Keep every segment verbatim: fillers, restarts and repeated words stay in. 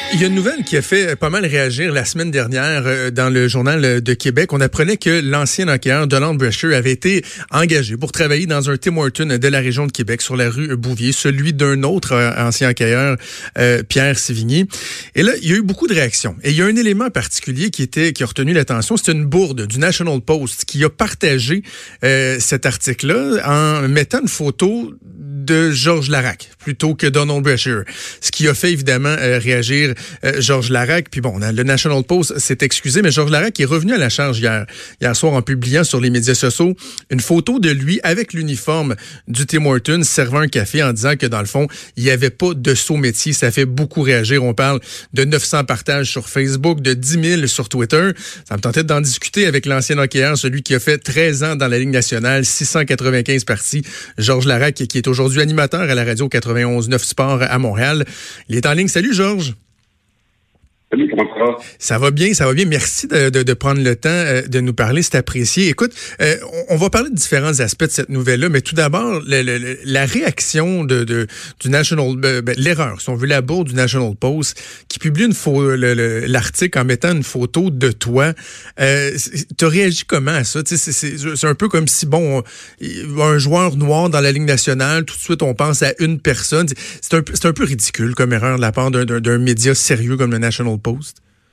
Il y a une nouvelle qui a fait pas mal réagir la semaine dernière euh, dans le Journal de Québec. On apprenait que l'ancien hockeyeur Donald Brashear avait été engagé pour travailler dans un Tim Hortons de la région de Québec sur la rue Bouvier, celui d'un autre euh, ancien hockeyeur, euh, Pierre Sévigny. Et là, il y a eu beaucoup de réactions. Et il y a un élément particulier qui était qui a retenu l'attention, c'est une bourde du National Post qui a partagé euh, cet article-là en mettant une photo de Georges Laraque plutôt que Donald Brashear. Ce qui a fait évidemment euh, réagir euh, Georges Laraque. Puis bon, le National Post s'est excusé, mais Georges Laraque est revenu à la charge hier, hier soir en publiant sur les médias sociaux une photo de lui avec l'uniforme du Tim Hortons servant un café en disant que dans le fond, il n'y avait pas de saut métier. Ça fait beaucoup réagir. On parle de neuf cents partages sur Facebook, de dix mille sur Twitter. Ça me tentait d'en discuter avec l'ancien hockeyeur, celui qui a fait treize ans dans la Ligue nationale, six cent quatre-vingt-quinze parties, Georges Laraque, qui est aujourd'hui animateur à la radio quatre-vingt-onze neuf Sport à Montréal. Il est en ligne. Salut Georges. Salut, comment ça va? Ça va bien, ça va bien. Merci de, de, de prendre le temps euh, de nous parler, c'est apprécié. Écoute, euh, on, on va parler de différents aspects de cette nouvelle-là, mais tout d'abord, le, le, la réaction de, de du National, euh, ben, l'erreur, si on veut, la bourde du National Post, qui publie une pho- le, le, l'article en mettant une photo de toi. Euh, tu as réagi comment à ça? C'est, c'est, c'est un peu comme si, bon, un joueur noir dans la Ligue nationale, tout de suite, on pense à une personne. C'est un, c'est un peu ridicule comme erreur de la part d'un, d'un, d'un média sérieux comme le National Post.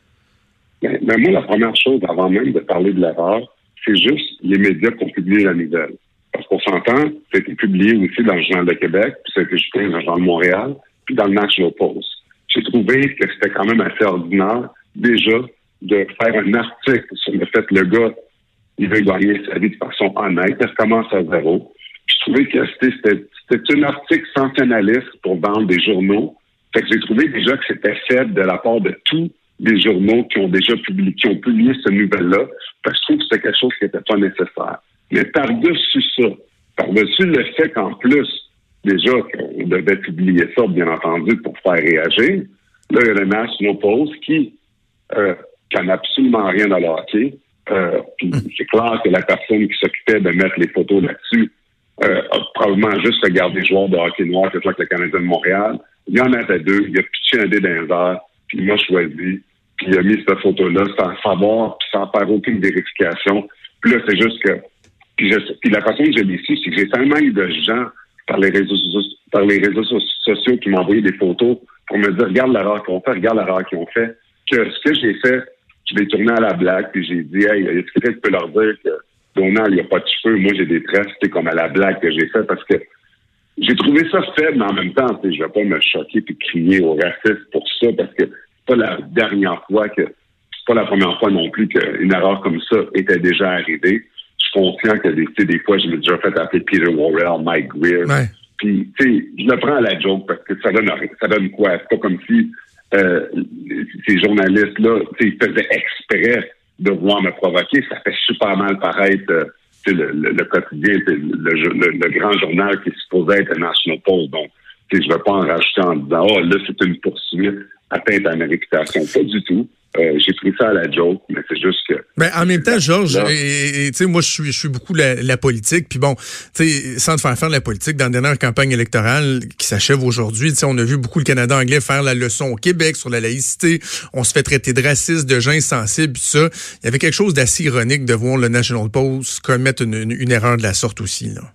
Ben, ben moi, la première chose, avant même de parler de l'erreur, c'est juste les médias qui ont publié la nouvelle. Parce qu'on s'entend, ça a été publié aussi dans le Journal de Québec, puis ça a été jeté dans le Journal de Montréal, puis dans le National Post. J'ai trouvé que c'était quand même assez ordinaire, déjà, de faire un article sur le fait que le gars, il veut gagner sa vie de façon honnête, il recommence à zéro. Puis je trouvais que c'était, c'était, c'était un article sensationnaliste pour vendre des journaux. Fait que j'ai trouvé déjà que c'était faible de la part de tous les journaux qui ont déjà publié, qui ont publié cette nouvelle-là. Fait que je trouve que c'était quelque chose qui n'était pas nécessaire. Mais par-dessus ça, par-dessus le fait qu'en plus, déjà, qu'on devait publier ça, bien entendu, pour faire réagir, là, il y a le National Post qui, euh, qui n'a absolument rien à le hockey. Euh, puis c'est clair que la personne qui s'occupait de mettre les photos là-dessus euh, a probablement juste regardé les joueurs de hockey noir, c'est là que le Canadien de Montréal. Il y en avait deux, il a pitché un dé dans les airs, puis il m'a choisi, puis il a mis cette photo-là sans savoir, puis sans faire aucune vérification. Puis là, c'est juste que... Puis, je, puis la façon que je l'ai su, c'est que j'ai tellement eu de gens par les réseaux, par les réseaux sociaux qui m'ont envoyé des photos pour me dire « Regarde l'erreur qu'ils ont fait, regarde l'erreur qu'ils ont fait », que ce que j'ai fait, je l'ai tourné à la blague, puis j'ai dit « Hey, est-ce que quelqu'un qui peut leur dire que Donald, il n'y a pas de cheveux, moi j'ai des tresses », c'est comme à la blague que j'ai fait, parce que j'ai trouvé ça faible, mais en même temps, je ne vais pas me choquer et crier au racisme pour ça, parce que c'est pas la dernière fois que, c'est pas la première fois non plus qu'une erreur comme ça était déjà arrivée. Je suis conscient que des, des fois, je me suis déjà fait appeler Peter Worrell, Mike Greer. Ouais. Puis, tu sais, je le prends à la joke parce que ça donne, ça donne quoi? C'est pas comme si euh, ces journalistes-là, tu sais, ils faisaient exprès de vouloir me provoquer. Ça fait super mal paraître. Euh, Le, le, le quotidien, le, le, le grand journal qui est supposé être le National Post. Donc, je ne vais pas en rajouter en disant « Oh, là, c'est une poursuite atteinte à ma réputation. » Pas du tout. Euh, j'ai pris ça à la joke, mais c'est juste que... Ben, en même temps, Georges, tu sais, moi, je suis, je suis beaucoup la, la politique, puis bon, tu sais, sans te faire faire de la politique, dans la dernière campagne électorale qui s'achève aujourd'hui, tu sais, on a vu beaucoup le Canada anglais faire la leçon au Québec sur la laïcité, on se fait traiter de raciste, de gens insensibles, puis ça. Il y avait quelque chose d'assez ironique de voir le National Post commettre une, une, une erreur de la sorte aussi, là.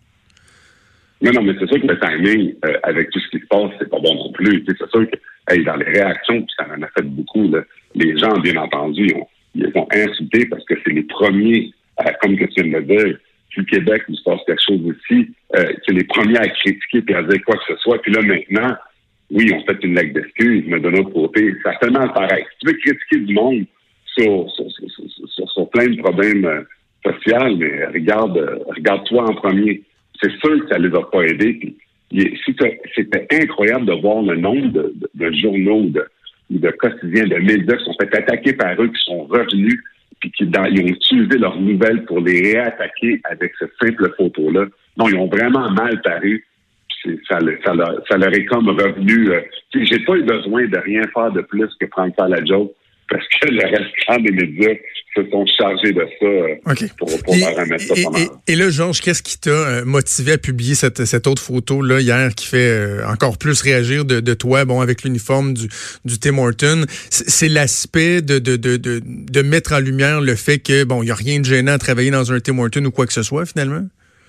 Non, non, mais c'est sûr que le timing, euh, avec tout ce qui se passe, c'est pas bon non plus. T'sais, c'est sûr que hey, dans les réactions, puis ça en a fait beaucoup, là, les gens, bien entendu, ils ont, ils ont insulté parce que c'est les premiers, euh, comme que tu viens de le dire, si le Québec il se passe quelque chose aussi, euh, c'est les premiers à critiquer et à dire quoi que ce soit. Puis là, maintenant, oui, on fait une lettre d'excuse, mais de l'autre côté, ça fait tellement pareil. Si tu veux critiquer du monde sur, sur, sur, sur, sur, sur plein de problèmes euh, sociaux, mais regarde, euh, regarde-toi en premier. C'est sûr que ça les a pas aidés. Puis, c'était incroyable de voir le nombre de, de, de journaux, de, de quotidiens, de médias qui sont fait attaquer par eux, qui sont revenus, puis qui dans, ils ont utilisé leurs nouvelles pour les réattaquer avec cette simple photo-là. Non, ils ont vraiment mal paru. Puis ça, ça, leur, ça leur est comme revenu. Euh, j'ai pas eu besoin de rien faire de plus que prendre ça à la joke. parce que le restant des médias se sont chargés de ça euh, okay. pour, pour et, leur remettre ça et, pendant. Et, et là, Georges, qu'est-ce qui t'a euh, motivé à publier cette, cette autre photo là hier qui fait euh, encore plus réagir de, de toi, bon, avec l'uniforme du, du Tim Hortons? C'est, c'est l'aspect de, de, de, de, de mettre en lumière le fait que, bon, il n'y a rien de gênant à travailler dans un Tim Hortons ou quoi que ce soit, finalement?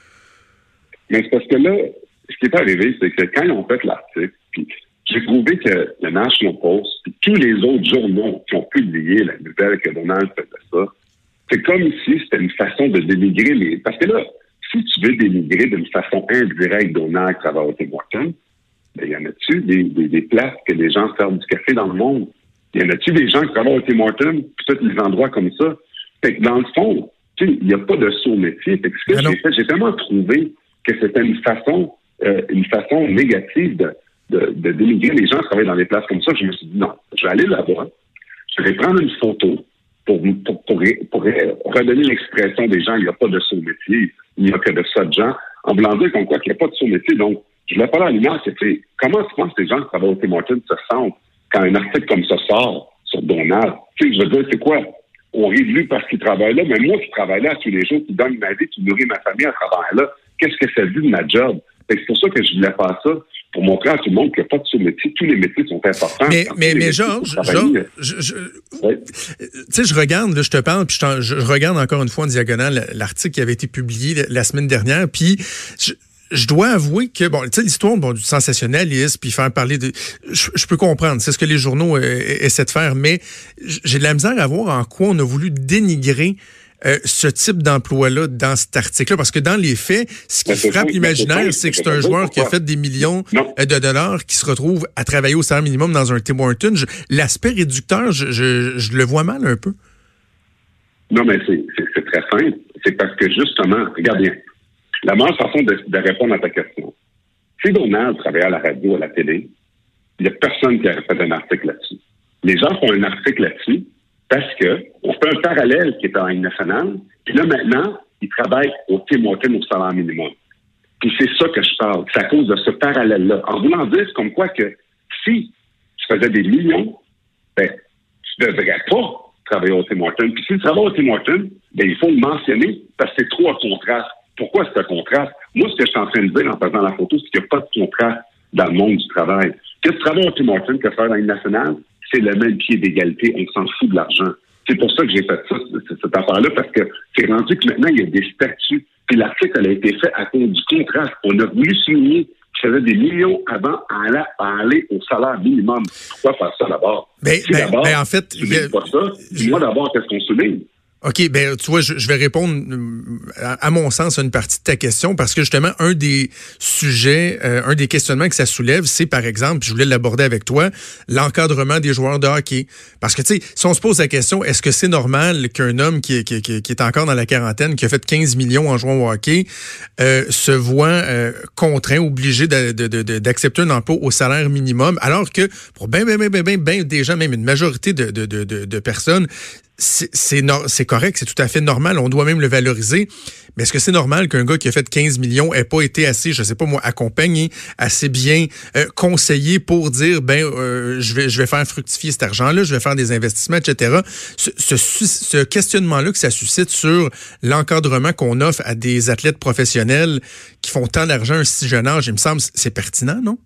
Mais c'est parce que là, ce qui est arrivé, c'est que quand ils ont fait l'article, puis j'ai trouvé que le National Post, puis tous les autres journaux qui ont publié la nouvelle que Donald faisait ça, c'est comme si c'était une façon de dénigrer les... Parce que là, si tu veux dénigrer d'une façon indirecte Donald qui travaille au Tim Hortons, ben, y en a-tu des, des, des places que les gens servent du café dans le monde? Y en a-tu des gens qui travaillent au Tim Hortons, puis tous les endroits comme ça? Fait que dans le fond, tu sais, il n'y a pas de saut métier. Fait que ce que ah j'ai fait, j'ai tellement trouvé que c'était une façon, euh, une façon négative de De, de dénigrer les gens qui travaillent dans des places comme ça, je me suis dit non, je vais aller là-bas, je vais prendre une photo pour, pour, pour, pour redonner l'expression des gens, il n'y a pas de sous-métier, il n'y a que de ça de gens, en voulant dire qu'on croit qu'il n'y a pas de sous-métier. Donc, je voulais pas la lumière, c'était comment tu penses que les gens qui travaillent au Tim Hortons se sentent quand un article comme ça sort sur Donald? Tu sais, je veux dire, c'est quoi? On rit de lui parce qu'il travaille là, mais moi qui travaille là tous les jours, qui donne ma vie, qui nourrit ma famille à travers là, qu'est-ce que ça dit de ma job? C'est pour ça que je voulais faire ça, pour montrer à tout le monde qu'il n'y a pas de sous-métier. Tous les métiers sont importants. Mais, mais, mais Georges, Georges, je, je, oui. tu sais, je regarde, là, je te parle, puis je, je regarde encore une fois en diagonale l'article qui avait été publié la, la semaine dernière, puis je, je dois avouer que, bon, tu sais, l'histoire bon, du sensationnalisme, puis faire parler de... Je, je peux comprendre, c'est ce que les journaux euh, essaient de faire, mais j'ai de la misère à voir en quoi on a voulu dénigrer Euh, ce type d'emploi-là dans cet article-là. Parce que dans les faits, ce qui frappe ça, l'imaginaire, c'est que c'est un joueur qui a fait des millions non. de dollars qui se retrouve à travailler au salaire minimum dans un Tim Hortons. Je, l'aspect réducteur, je, je, je le vois mal un peu. Non, mais c'est, c'est, c'est très simple. C'est parce que justement, regarde bien, la meilleure façon de, de répondre à ta question, si Donald travaillait à la radio, à la télé, il n'y a personne qui aurait fait un article là-dessus. Les gens font un article là-dessus parce que on fait un parallèle qui est en Ligue nationale, puis là, maintenant, ils travaillent au Tim Hortons au salaire minimum. Puis c'est ça que je parle. C'est à cause de ce parallèle-là. En voulant dire, c'est comme quoi que si tu faisais des millions, ben, tu ne devrais pas travailler au Tim Hortons. Puis si tu travailles au Tim Hortons, ben, il faut le mentionner parce que c'est trop un contraste. Pourquoi c'est un contraste? Moi, ce que je suis en train de dire en faisant la photo, c'est qu'il n'y a pas de contraste dans le monde du travail. Que tu travailles au Tim Hortons, que faire dans la Ligue nationale, c'est le même pied d'égalité. On s'en fout de l'argent. C'est pour ça que j'ai fait ça, cette affaire-là, parce que c'est rendu que maintenant, il y a des statuts. Puis l'article, elle a été fait à cause du contraste. On a voulu souligner qu'il faisait des millions avant à aller, à aller au salaire minimum. Pourquoi faire ça d'abord? Ben, si ben, d'abord, ben, en fait, tu ne pas ça, dis-moi d'abord qu'est-ce qu'on souligne. OK, ben tu vois, je, je vais répondre à, à mon sens à une partie de ta question parce que justement, un des sujets, euh, un des questionnements que ça soulève, c'est par exemple, je voulais l'aborder avec toi, l'encadrement des joueurs de hockey. Parce que tu sais, si on se pose la question, est-ce que c'est normal qu'un homme qui, qui, qui, qui est encore dans la quarantaine, qui a fait quinze millions en jouant au hockey, euh, se voit euh, contraint, obligé de, de, de, d'accepter un emploi au salaire minimum, alors que pour ben, ben, ben, ben, ben, ben des gens, même une majorité de, de, de, de, de personnes, C'est, c'est, no- c'est correct, c'est tout à fait normal, on doit même le valoriser. Mais est-ce que c'est normal qu'un gars qui a fait quinze millions ait pas été assez, je sais pas moi, accompagné, assez bien euh, conseillé pour dire, ben, euh, je vais je vais faire fructifier cet argent-là, je vais faire des investissements, et cetera. Ce, ce, ce questionnement-là que ça suscite sur l'encadrement qu'on offre à des athlètes professionnels qui font tant d'argent à un si jeune âge, il me semble, c'est pertinent, non?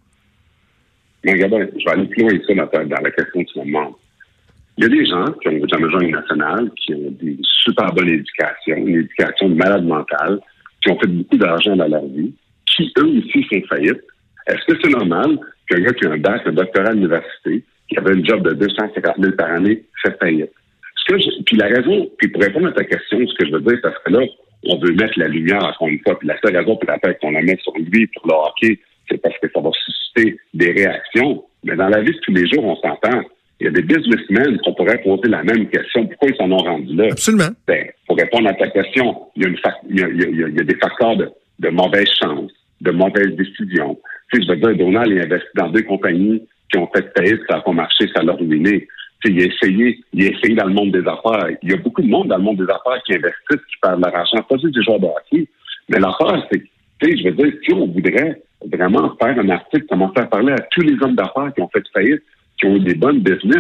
Mais regarde, je vais aller plus loin que ça dans, ta, dans la question que tu me demandes. Il y a des gens qui ont jamais joué en nationale, qui ont des super bonnes éducations, une éducation de malade mentale, qui ont fait beaucoup d'argent dans leur vie, qui eux aussi font faillite. Est-ce que c'est normal qu'un gars qui a un bac, un doctorat à l'université, qui avait un job de deux cent cinquante mille par année, fait faillite? Ce que je, puis la raison, puis pour répondre à ta question, ce que je veux dire, parce que là, on veut mettre la lumière encore une fois, puis la seule raison pour laquelle qu'on la met sur lui, pour le hockey, c'est parce que ça va susciter des réactions. Mais dans la vie de tous les jours, on s'entend. Il y a des businessmen qu'on pourrait poser la même question. Pourquoi ils s'en ont rendus là? Absolument. Ben, pour répondre à ta question, il y a, une fa- il y a, il y a, il y a des facteurs de, de mauvaise chance, de mauvaises décisions. Tu sais, je veux dire, Donald, il investit dans deux compagnies qui ont fait faillite, ça n'a pas marché, ça l'a ruiné. Tu sais, il a essayé, il a essayé dans le monde des affaires. Il y a beaucoup de monde dans le monde des affaires qui investissent, qui perdent leur argent, pas juste des joueurs de hockey. Mais l'affaire, c'est que, tu sais, je veux dire, si on voudrait vraiment faire un article, commencer à parler à tous les hommes d'affaires qui ont fait faillite, qui ont eu des bonnes business, je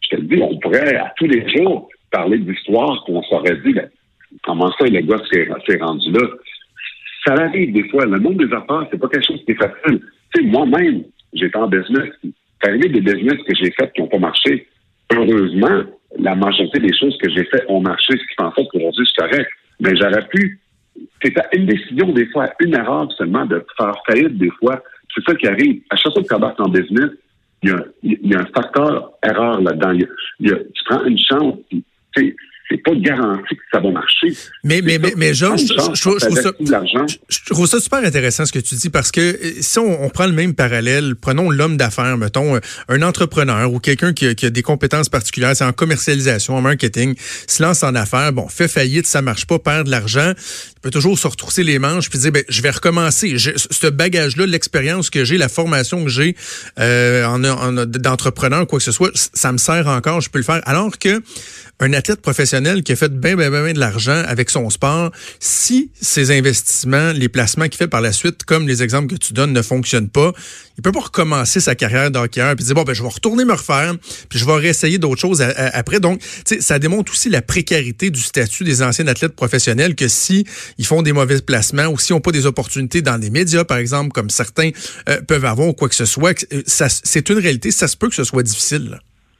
je te le dis, on pourrait à tous les jours parler d'histoire qu'on s'aurait dit, ben, comment ça, le gars s'est, s'est rendu là? Ça arrive des fois. Le monde des affaires, c'est pas quelque chose qui est facile. Tu sais, moi-même, j'étais en business. C'est arrivé des business que j'ai faits qui n'ont pas marché. Heureusement, la majorité des choses que j'ai faites ont marché, ce qui fait en sorte qu'aujourd'hui, c'est correct. Mais j'aurais pu... C'est une décision, des fois, une erreur seulement de faire faillite, des fois. C'est ça qui arrive. À chaque fois que tu embarques en business, il y a, il y a un facteur erreur là-dedans. Il y a, il y a, tu prends une chance, puis, tu sais, c'est pas garanti que ça va marcher. Mais, mais, mais, mais Georges, je, je, je, trouve ça, je trouve ça super intéressant ce que tu dis parce que si on, on prend le même parallèle, prenons l'homme d'affaires, mettons, un entrepreneur ou quelqu'un qui a, qui a des compétences particulières, c'est en commercialisation, en marketing, se lance en affaires, bon, fait faillite, ça marche pas, perd de l'argent, il peut toujours se retrousser les manches puis dire, ben, je vais recommencer. Je, ce bagage-là, l'expérience que j'ai, la formation que j'ai euh, en, en, d'entrepreneur, quoi que ce soit, ça me sert encore, je peux le faire. Alors que un athlète professionnel qui a fait bien, bien, bien de l'argent avec son sport, si ses investissements, les placements qu'il fait par la suite, comme les exemples que tu donnes, ne fonctionnent pas, il peut pas recommencer sa carrière d'hockeyeur puis dire, bon, ben, je vais retourner me refaire, puis je vais réessayer d'autres choses à, à, après. Donc, tu sais, ça démontre aussi la précarité du statut des anciens athlètes professionnels que si ils font des mauvais placements ou s'ils n'ont pas des opportunités dans les médias, par exemple, comme certains euh, peuvent avoir ou quoi que ce soit, ça, c'est une réalité. Ça se peut que ce soit difficile, là.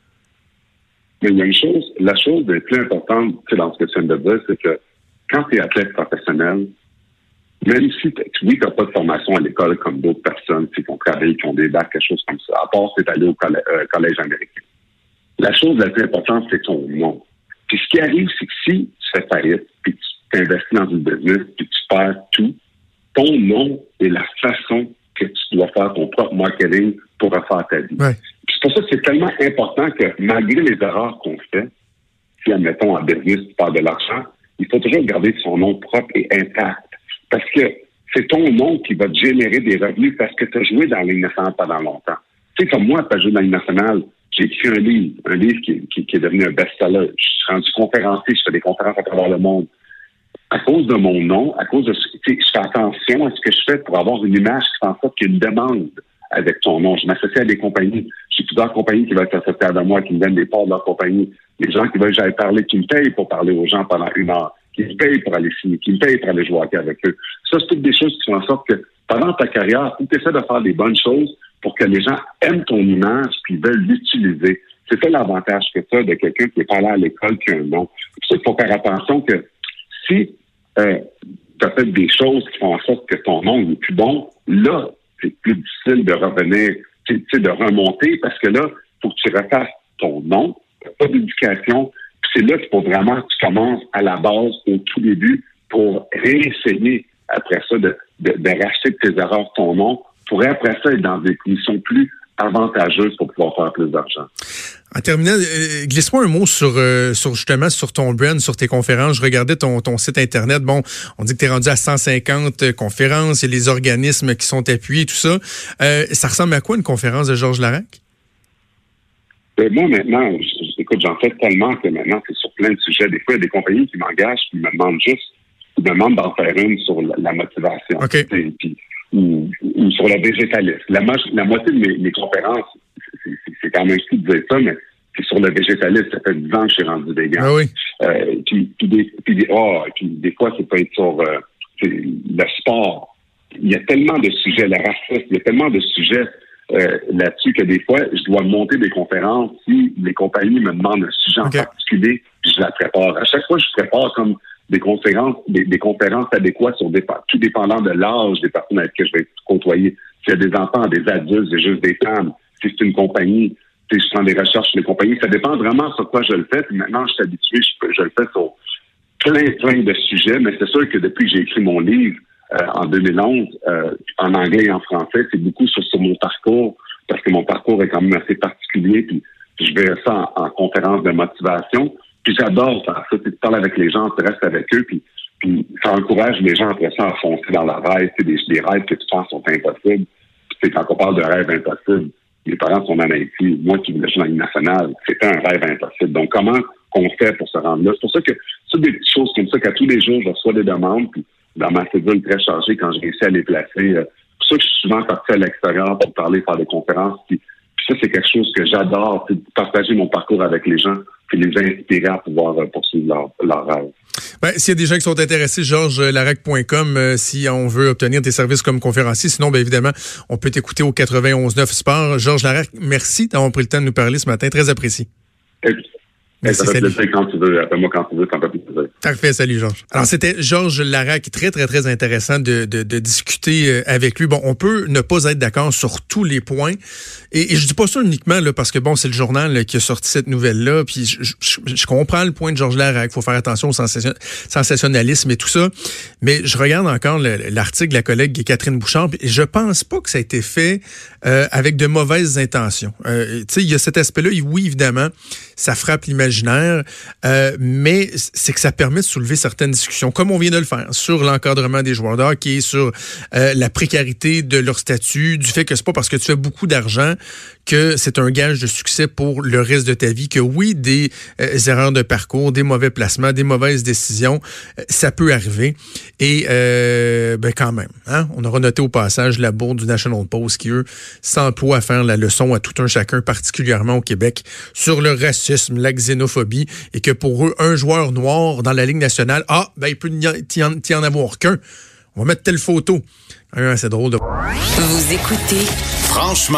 Mais il y a une chose, la chose la plus importante dans ce que tu viens de dire, c'est que quand tu es athlète professionnel, même si tu oui, tu n'as pas de formation à l'école comme d'autres personnes qui ont travaillé, qui ont des bacs, quelque chose comme ça, à part c'est d'aller au collège, euh, collège américain. La chose la plus importante, c'est ton nom. Puis ce qui arrive, c'est que si tu fais faillite, puis tu t'investis dans une business, puis tu perds tout, ton nom est la façon que tu dois faire ton propre marketing pour refaire ta vie. Ouais. C'est pour ça que c'est tellement important que malgré les erreurs qu'on fait, si, admettons, en business, tu parles de l'argent, il faut toujours garder son nom propre et intact. Parce que c'est ton nom qui va te générer des revenus parce que tu as joué dans la Ligue nationale pendant longtemps. Tu sais, comme moi, tu as joué dans la Ligue nationale, j'ai écrit un livre, un livre qui, qui, qui est devenu un best-seller. Je suis rendu conférencier, je fais des conférences à travers le monde. À cause de mon nom, à cause de ce que, je fais attention à ce que je fais pour avoir une image qui fait en sorte qu'il y a une demande avec ton nom. Je m'associe à des compagnies. J'ai plusieurs compagnies qui veulent s'associer avec moi, qui me donnent des parts de leur compagnie. Les gens qui veulent que j'aille parler, qui me payent pour parler aux gens pendant une heure, qui me payent pour aller signer, qui me payent pour aller jouer avec eux. Ça, c'est toutes des choses qui font en sorte que pendant ta carrière, tu essaies de faire des bonnes choses pour que les gens aiment ton image puis veulent l'utiliser. C'est ça l'avantage que tu as de quelqu'un qui n'est pas allé à l'école, qui a un nom. C'est pour ça qu'il faut faire attention que si euh, tu as fait des choses qui font en sorte que ton nom n'est plus bon, là, c'est plus difficile de revenir, tu sais, de remonter, parce que là, il faut que tu refasses ton nom, pas d'éducation, puis c'est là qu'il faut vraiment que tu commences à la base, au tout début, pour réessayer après ça de, de, de racheter de tes erreurs ton nom, pour après ça être dans des conditions plus avantageuses pour pouvoir faire plus d'argent. En terminant, euh, glisse-moi un mot sur, euh, sur justement sur ton brand, sur tes conférences. Je regardais ton, ton site Internet. Bon, on dit que tu es rendu à cent cinquante conférences. Il y a les organismes qui sont appuyés, tout ça. Euh, ça ressemble à quoi une conférence de Georges Laraque? Ben, moi, maintenant, je, écoute, j'en fais tellement que maintenant, c'est sur plein de sujets. Des fois, il y a des compagnies qui m'engagent qui me demandent juste, qui me demandent d'en faire une sur la, la motivation. Okay. Et, puis, ou, ou sur le végétalisme. La, la moitié de mes, mes conférences, c'est, c'est, c'est quand même fou de dire ça, mais c'est sur le végétalisme. Ça fait dix ans que je suis rendu végan. Ah oui. Euh, puis, puis, des, puis, des, oh, puis des fois, c'est peut être sur euh, le sport. Il y a tellement de sujets, le racisme, il y a tellement de sujets euh, là-dessus que des fois, je dois monter des conférences si les compagnies me demandent un sujet okay. en particulier, puis je la prépare. À chaque fois, je prépare comme des conférences, des, des conférences adéquates sur des, tout dépendant de l'âge des personnes avec qui je vais côtoyer. S'il y a des enfants, des adultes, c'est juste des femmes. Si c'est une compagnie, si je prends des recherches sur les compagnies, ça dépend vraiment sur quoi je le fais. Puis maintenant, je suis habitué, je, je le fais sur plein, plein de sujets, mais c'est sûr que depuis que j'ai écrit mon livre euh, en deux mille onze, euh, en anglais et en français, c'est beaucoup sur, sur mon parcours, parce que mon parcours est quand même assez particulier, puis, puis je verrai ça en, en conférence de motivation. Puis j'adore faire ça, tu parles avec les gens, tu restes avec eux, puis, puis ça encourage les gens après ça à foncer dans leur rêve. Des, des rêves que tu penses sont impossibles. Puis quand on parle de rêves impossibles, les parents sont en Haïti. Moi qui voulais jouer dans la Ligue nationale, c'était un rêve impossible. Donc comment qu'on fait pour se rendre là? C'est pour ça que c'est des petites choses comme ça qu'à tous les jours, je reçois des demandes, puis dans ma cédule très chargée, quand j'ai réussi à les placer, euh, c'est pour ça que je suis souvent parti à l'extérieur pour parler, faire des conférences, puis, puis Ça, c'est quelque chose que j'adore, c'est de partager mon parcours avec les gens, puis les inspirer à pouvoir euh, poursuivre leur, leur rêve. Ben, s'il y a des gens qui sont intéressés, georges larac point com, euh, si on veut obtenir des services comme conférencier. Sinon, bien évidemment, on peut t'écouter au quatre-vingt-onze neuf Sport. Georges Larac, merci d'avoir pris le temps de nous parler ce matin. Très apprécié. Et puis, Merci, ça fait plaisir quand tu veux. Appelle-moi quand tu veux, ça me fait plaisir. Parfait, salut Georges. Alors, c'était Georges Larac, très, très, très intéressant de, de, de discuter avec lui. Bon, on peut ne pas être d'accord sur tous les points. Et, et je dis pas ça uniquement là, parce que, bon, c'est le journal là, qui a sorti cette nouvelle-là. Puis je, je, je comprends le point de Georges Larac. Il faut faire attention au sensation, sensationnalisme et tout ça. Mais je regarde encore le, l'article de la collègue Catherine Bouchard et je pense pas que ça a été fait euh, avec de mauvaises intentions. Euh, tu sais, il y a cet aspect-là. Oui, évidemment, ça frappe l'imaginaire. Euh, mais c'est que ça permet de soulever certaines discussions, comme on vient de le faire, sur l'encadrement des joueurs de hockey, sur euh, la précarité de leur statut, du fait que c'est pas parce que tu fais beaucoup d'argent que c'est un gage de succès pour le reste de ta vie, que oui, des euh, erreurs de parcours, des mauvais placements, des mauvaises décisions, euh, ça peut arriver. Et euh, ben quand même, hein, on aura noté au passage la bourde du National Post qui, eux, s'emploient à faire la leçon à tout un chacun, particulièrement au Québec, sur le racisme, la xénophobie, et que pour eux, un joueur noir dans la Ligue nationale, ah, ben il peut n'y en, en avoir qu'un. On va mettre telle photo. Hein, c'est drôle de... Vous écoutez Franchement.